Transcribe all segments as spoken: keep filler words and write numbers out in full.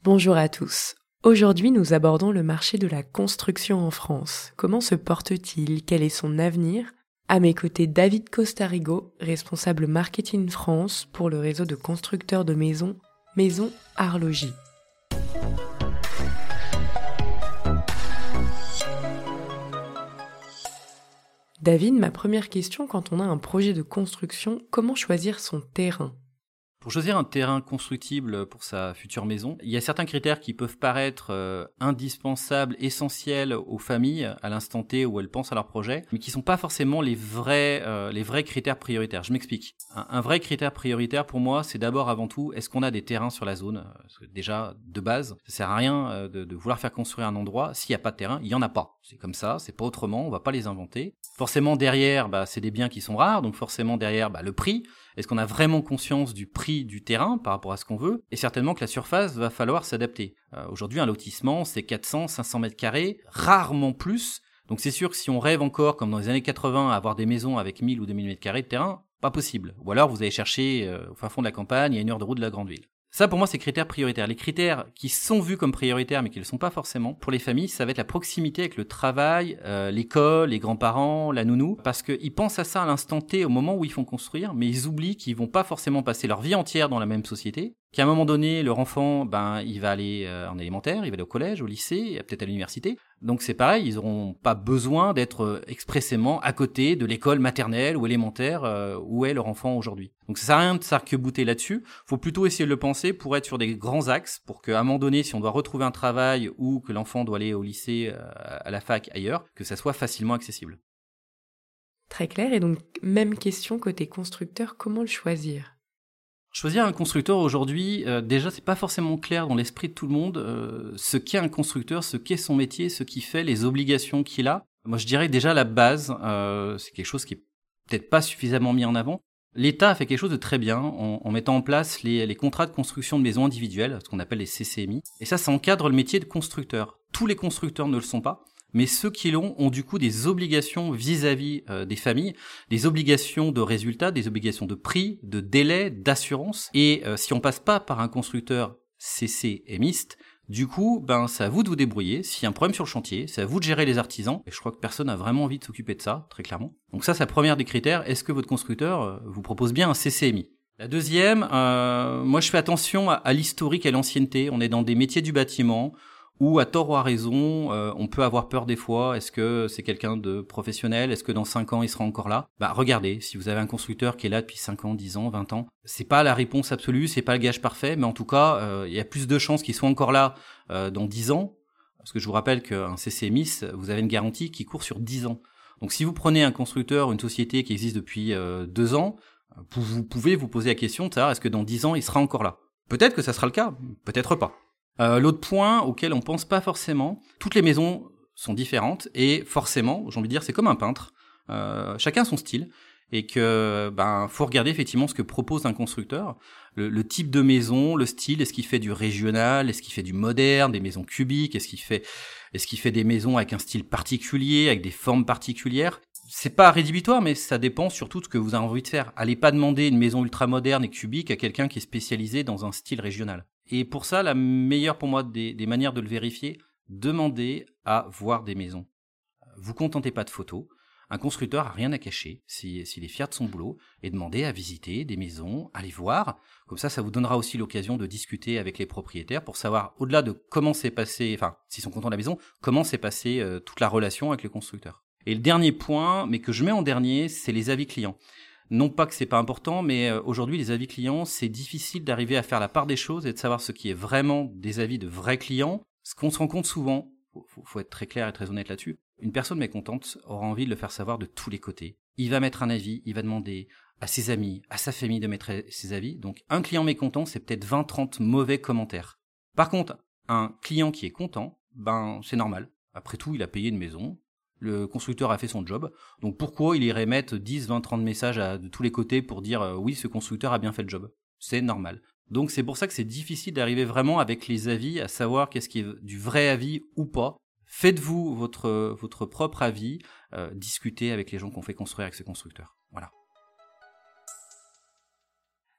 Bonjour à tous. Aujourd'hui, nous abordons le marché de la construction en France. Comment se porte-t-il? Quel est son avenir? À mes côtés, David Costarigo, responsable marketing France pour le réseau de constructeurs de maisons, Maison Arlogie. David, ma première question, quand on a un projet de construction, comment choisir son terrain? Pour choisir un terrain constructible pour sa future maison, il y a certains critères qui peuvent paraître euh, indispensables, essentiels aux familles à l'instant T où elles pensent à leur projet, mais qui sont pas forcément les vrais, euh, les vrais critères prioritaires. Je m'explique. Un, un vrai critère prioritaire pour moi, c'est d'abord avant tout, est-ce qu'on a des terrains sur la zone? Parce que déjà, de base, ça sert à rien euh, de, de vouloir faire construire un endroit s'il n'y a pas de terrain, il y en a pas. C'est comme ça, c'est pas autrement, on va pas les inventer. Forcément derrière, bah, c'est des biens qui sont rares, donc forcément derrière, bah, le prix. Est-ce qu'on a vraiment conscience du prix du terrain par rapport à ce qu'on veut? Et certainement que la surface va falloir s'adapter. Euh, aujourd'hui, un lotissement, c'est quatre cents, cinq cents mètres carrés, rarement plus. Donc c'est sûr que si on rêve encore, comme dans les années quatre-vingts, à avoir des maisons avec mille ou deux mille mètres carrés de terrain, pas possible. Ou alors vous allez chercher euh, au fin fond de la campagne, à une heure de route de la grande ville. Ça, pour moi, c'est critères prioritaires. Les critères qui sont vus comme prioritaires, mais qui ne le sont pas forcément, pour les familles, ça va être la proximité avec le travail, euh, l'école, les grands-parents, la nounou, parce qu'ils pensent à ça à l'instant T, au moment où ils font construire, mais ils oublient qu'ils vont pas forcément passer leur vie entière dans la même société, qu'à un moment donné, leur enfant, ben, il va aller euh, en élémentaire, il va aller au collège, au lycée, peut-être à l'université. Donc c'est pareil, ils n'auront pas besoin d'être expressément à côté de l'école maternelle ou élémentaire euh, où est leur enfant aujourd'hui. Donc ça sert à rien de s'arc-bouter là-dessus. Faut plutôt essayer de le penser pour être sur des grands axes, pour qu'à un moment donné, si on doit retrouver un travail ou que l'enfant doit aller au lycée, euh, à la fac, ailleurs, que ça soit facilement accessible. Très clair, et donc même question côté constructeur, comment le choisir? Choisir un constructeur aujourd'hui, euh, déjà c'est pas forcément clair dans l'esprit de tout le monde euh, ce qu'est un constructeur, ce qu'est son métier, ce qu'il fait, les obligations qu'il a. Moi je dirais que déjà la base, euh, c'est quelque chose qui est peut-être pas suffisamment mis en avant. L'État a fait quelque chose de très bien en, en mettant en place les, les contrats de construction de maisons individuelles, ce qu'on appelle les C C M I. Et ça, ça encadre le métier de constructeur. Tous les constructeurs ne le sont pas. Mais ceux qui l'ont ont du coup des obligations vis-à-vis euh, des familles, des obligations de résultats, des obligations de prix, de délai, d'assurance. Et euh, si on passe pas par un constructeur C C M I ste, du coup, ben c'est à vous de vous débrouiller. S'il y a un problème sur le chantier, c'est à vous de gérer les artisans. Et je crois que personne n'a vraiment envie de s'occuper de ça, très clairement. Donc ça, c'est la première des critères. Est-ce que votre constructeur euh, vous propose bien un C C M I? La deuxième, euh, moi je fais attention à, à l'historique et à l'ancienneté. On est dans des métiers du bâtiment, ou à tort ou à raison, euh, on peut avoir peur des fois. Est-ce que c'est quelqu'un de professionnel? Est-ce que dans cinq ans, il sera encore là? Bah regardez, si vous avez un constructeur qui est là depuis cinq ans, dix ans, vingt ans, c'est pas la réponse absolue, c'est pas le gage parfait, mais en tout cas, euh, il y a plus de chances qu'il soit encore là euh, dans dix ans. Parce que je vous rappelle qu'un C C M I S, vous avez une garantie qui court sur dix ans. Donc si vous prenez un constructeur, une société qui existe depuis euh, deux ans, vous pouvez vous poser la question de savoir est-ce que dans dix ans, il sera encore là? Peut-être que ça sera le cas, peut-être pas. Euh, l'autre point auquel on pense pas forcément, toutes les maisons sont différentes et forcément, j'ai envie de dire, c'est comme un peintre, euh, chacun son style et que ben faut regarder effectivement ce que propose un constructeur, le, le type de maison, le style, est-ce qu'il fait du régional, est-ce qu'il fait du moderne, des maisons cubiques, est-ce qu'il fait est-ce qu'il fait des maisons avec un style particulier, avec des formes particulières. C'est pas rédhibitoire, mais ça dépend surtout de ce que vous avez envie de faire. Allez pas demander une maison ultra moderne et cubique à quelqu'un qui est spécialisé dans un style régional. Et pour ça, la meilleure pour moi des, des manières de le vérifier, demandez à voir des maisons. Vous contentez pas de photos. Un constructeur a rien à cacher s'il, s'il est fier de son boulot, et demandez à visiter des maisons, à les voir. Comme ça, ça vous donnera aussi l'occasion de discuter avec les propriétaires pour savoir, au-delà de comment s'est passé, enfin, s'ils sont contents de la maison, comment s'est passée euh, toute la relation avec le constructeur. Et le dernier point, mais que je mets en dernier, c'est les avis clients. Non pas que c'est pas important, mais aujourd'hui, les avis clients, c'est difficile d'arriver à faire la part des choses et de savoir ce qui est vraiment des avis de vrais clients. Ce qu'on se rend compte souvent, faut, faut être très clair et très honnête là-dessus, une personne mécontente aura envie de le faire savoir de tous les côtés. Il va mettre un avis, il va demander à ses amis, à sa famille de mettre ses avis. Donc, un client mécontent, c'est peut-être vingt, trente mauvais commentaires. Par contre, un client qui est content, ben, c'est normal. Après tout, il a payé une maison. Le constructeur a fait son job, donc pourquoi il irait mettre dix, vingt, trente messages à, de tous les côtés pour dire euh, oui, ce constructeur a bien fait le job? C'est normal. Donc c'est pour ça que c'est difficile d'arriver vraiment avec les avis à savoir qu'est-ce qui est du vrai avis ou pas. Faites-vous votre, votre propre avis, euh, discutez avec les gens qu'on fait construire avec ce constructeur. Voilà.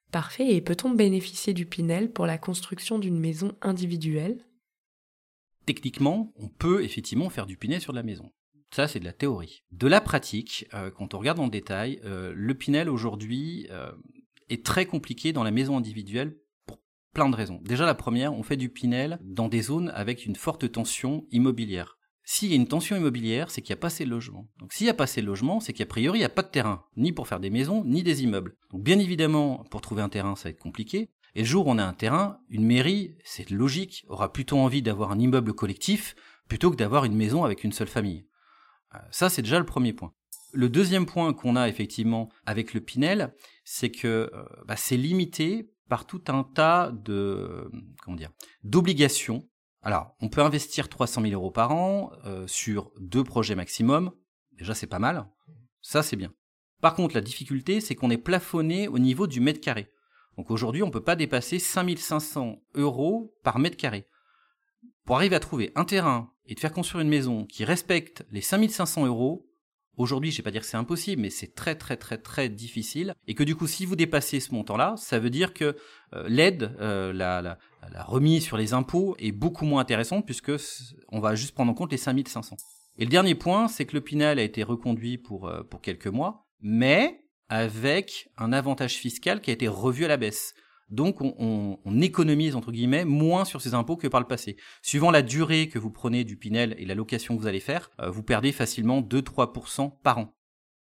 Parfait, et peut-on bénéficier du Pinel pour la construction d'une maison individuelle ? Techniquement, on peut effectivement faire du Pinel sur de la maison. Ça, c'est de la théorie. De la pratique, euh, quand on regarde dans le détail, euh, le Pinel aujourd'hui euh, est très compliqué dans la maison individuelle pour plein de raisons. Déjà, la première, on fait du Pinel dans des zones avec une forte tension immobilière. S'il y a une tension immobilière, c'est qu'il n'y a pas assez de logements. Donc s'il n'y a pas assez de logements, c'est qu'a priori, il n'y a pas de terrain, ni pour faire des maisons, ni des immeubles. Donc bien évidemment, pour trouver un terrain, ça va être compliqué. Et le jour où on a un terrain, une mairie, c'est logique, aura plutôt envie d'avoir un immeuble collectif plutôt que d'avoir une maison avec une seule famille. Ça, c'est déjà le premier point. Le deuxième point qu'on a effectivement avec le Pinel, c'est que euh, bah, c'est limité par tout un tas de comment dire d'obligations. Alors, on peut investir trois cent mille euros par an euh, sur deux projets maximum. Déjà, c'est pas mal. Ça, c'est bien. Par contre, la difficulté, c'est qu'on est plafonné au niveau du mètre carré. Donc aujourd'hui, on ne peut pas dépasser cinq mille cinq cents euros par mètre carré. Pour arriver à trouver un terrain et de faire construire une maison qui respecte les cinq mille cinq cents euros, aujourd'hui, je ne vais pas dire que c'est impossible, mais c'est très très très très difficile. Et que du coup, si vous dépassez ce montant-là, ça veut dire que euh, l'aide, euh, la, la, la remise sur les impôts est beaucoup moins intéressante puisque on va juste prendre en compte les cinq mille cinq cents. Et le dernier point, c'est que le Pinel a été reconduit pour, euh, pour quelques mois, mais avec un avantage fiscal qui a été revu à la baisse. Donc on, on, on économise entre guillemets moins sur ces impôts que par le passé. Suivant la durée que vous prenez du Pinel et la location que vous allez faire, euh, vous perdez facilement deux à trois pour cent par an.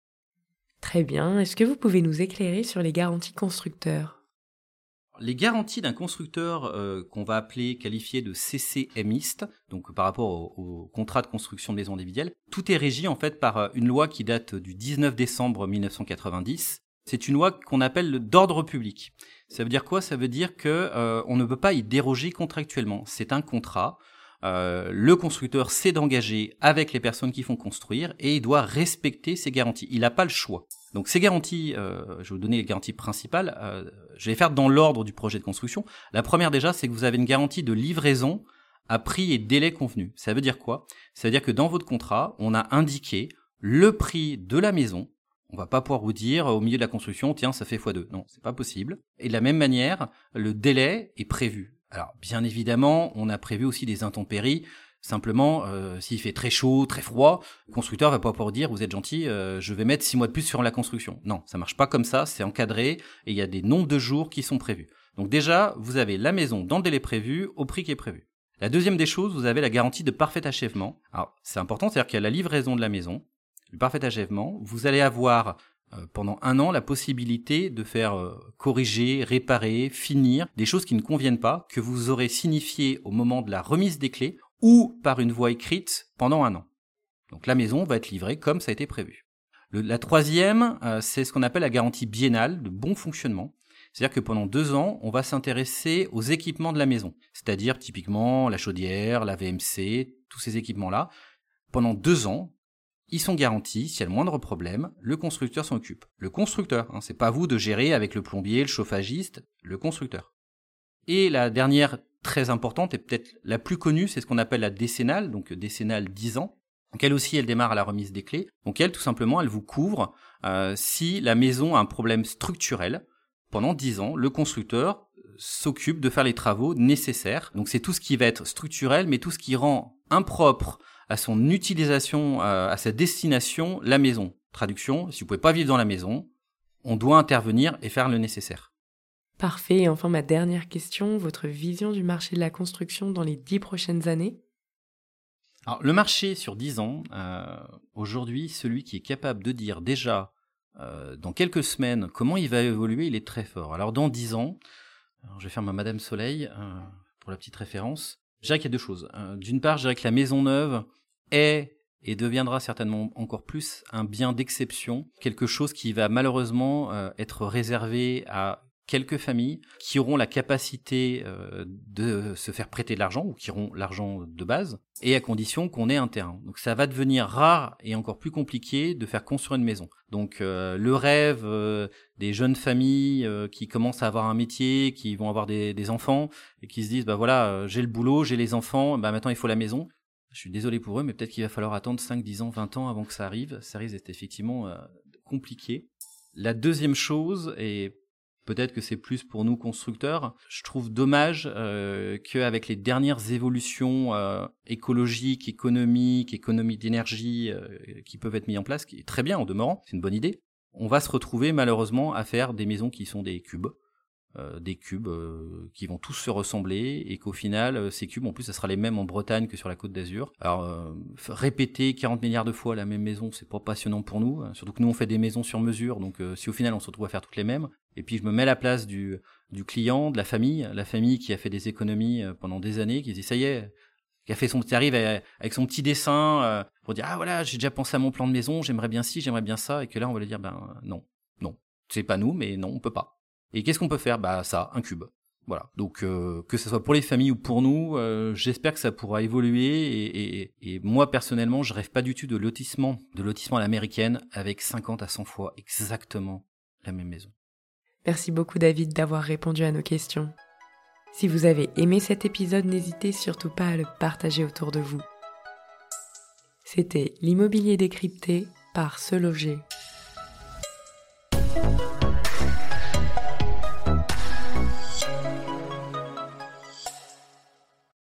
Très bien, est-ce que vous pouvez nous éclairer sur les garanties constructeurs ? Les garanties d'un constructeur euh, qu'on va appeler qualifié de C C M iste, donc par rapport au, au contrat de construction de maison individuelle, tout est régi en fait par une loi qui date du dix-neuf décembre mille neuf cent quatre-vingt-dix. C'est une loi qu'on appelle d'ordre public. Ça veut dire quoi ? Ça veut dire que euh, on ne peut pas y déroger contractuellement. C'est un contrat. Euh, le constructeur s'est d'engager avec les personnes qui font construire et il doit respecter ces garanties. Il n'a pas le choix. Donc ces garanties, euh, je vais vous donner les garanties principales. Euh, je vais les faire dans l'ordre du projet de construction. La première déjà, c'est que vous avez une garantie de livraison à prix et délai convenu. Ça veut dire quoi ? Ça veut dire que dans votre contrat, on a indiqué le prix de la maison. On va pas pouvoir vous dire au milieu de la construction, tiens, ça fait fois deux. Non, c'est pas possible. Et de la même manière, le délai est prévu. Alors, bien évidemment, on a prévu aussi des intempéries. Simplement, euh, s'il fait très chaud, très froid, le constructeur va pas pouvoir dire, vous êtes gentil, euh, je vais mettre six mois de plus sur la construction. Non, ça marche pas comme ça, c'est encadré et il y a des nombres de jours qui sont prévus. Donc déjà, vous avez la maison dans le délai prévu, au prix qui est prévu. La deuxième des choses, vous avez la garantie de parfait achèvement. Alors, c'est important, c'est-à-dire qu'il y a la livraison de la maison, le parfait achèvement, vous allez avoir euh, pendant un an la possibilité de faire euh, corriger, réparer, finir des choses qui ne conviennent pas, que vous aurez signifié au moment de la remise des clés ou par une voie écrite pendant un an. Donc la maison va être livrée comme ça a été prévu. Le, la troisième, euh, c'est ce qu'on appelle la garantie biennale de bon fonctionnement. C'est-à-dire que pendant deux ans, on va s'intéresser aux équipements de la maison, c'est-à-dire typiquement la chaudière, la V M C, tous ces équipements-là. Pendant deux ans, ils sont garantis, s'il y a le moindre problème, le constructeur s'en occupe. Le constructeur, hein, c'est pas vous de gérer avec le plombier, le chauffagiste, le constructeur. Et la dernière, très importante et peut-être la plus connue, c'est ce qu'on appelle la décennale, donc décennale dix ans. Donc elle aussi, elle démarre à la remise des clés. Donc elle, tout simplement, elle vous couvre euh, si la maison a un problème structurel. Pendant dix ans, le constructeur s'occupe de faire les travaux nécessaires. Donc c'est tout ce qui va être structurel, mais tout ce qui rend impropre à son utilisation, à sa destination, la maison. Traduction, si vous pouvez pas vivre dans la maison, on doit intervenir et faire le nécessaire. Parfait. Et enfin, ma dernière question, votre vision du marché de la construction dans les dix prochaines années ? Alors, le marché sur dix ans, euh, aujourd'hui, celui qui est capable de dire déjà euh, dans quelques semaines comment il va évoluer, il est très fort. Alors, dans dix ans, alors, je vais faire ma Madame Soleil euh, pour la petite référence. Je dirais qu'il y a deux choses. Euh, d'une part, je dirais que la maison neuve est et deviendra certainement encore plus un bien d'exception, quelque chose qui va malheureusement euh, être réservé à quelques familles qui auront la capacité euh, de se faire prêter de l'argent ou qui auront l'argent de base et à condition qu'on ait un terrain. Donc ça va devenir rare et encore plus compliqué de faire construire une maison. Donc euh, le rêve euh, des jeunes familles euh, qui commencent à avoir un métier, qui vont avoir des, des enfants et qui se disent bah voilà, euh, j'ai le boulot, j'ai les enfants, bah maintenant il faut la maison. Je suis désolé pour eux, mais peut-être qu'il va falloir attendre cinq, dix ans, vingt ans avant que ça arrive. Ça risque d'être effectivement euh, compliqué. La deuxième chose, et peut-être que c'est plus pour nous constructeurs. Je trouve dommage euh, qu'avec les dernières évolutions euh, écologiques, économiques, économiques d'énergie euh, qui peuvent être mises en place, qui est très bien en demeurant, c'est une bonne idée, on va se retrouver malheureusement à faire des maisons qui sont des cubes. Euh, des cubes euh, qui vont tous se ressembler et qu'au final euh, ces cubes en plus ça sera les mêmes en Bretagne que sur la Côte d'Azur. Alors euh, répéter quarante milliards de fois la même maison, c'est pas passionnant pour nous, hein, surtout que nous on fait des maisons sur mesure, donc euh, si au final on se retrouve à faire toutes les mêmes, et puis je me mets à la place du, du client, de la famille, la famille qui a fait des économies euh, pendant des années, qui se dit ça y est, qui a fait son, qui arrive avec son petit dessin euh, pour dire ah voilà j'ai déjà pensé à mon plan de maison, j'aimerais bien ci, j'aimerais bien ça, et que là on va lui dire ben non, non, c'est pas nous, mais non on peut pas. Et qu'est-ce qu'on peut faire ? Bah ça, un cube. Voilà. Donc euh, que ce soit pour les familles ou pour nous, euh, j'espère que ça pourra évoluer. Et, et, et moi personnellement, je rêve pas du tout de lotissement, de lotissement à l'américaine avec cinquante à cent fois exactement la même maison. Merci beaucoup David d'avoir répondu à nos questions. Si vous avez aimé cet épisode, n'hésitez surtout pas à le partager autour de vous. C'était l'immobilier décrypté par Se Loger.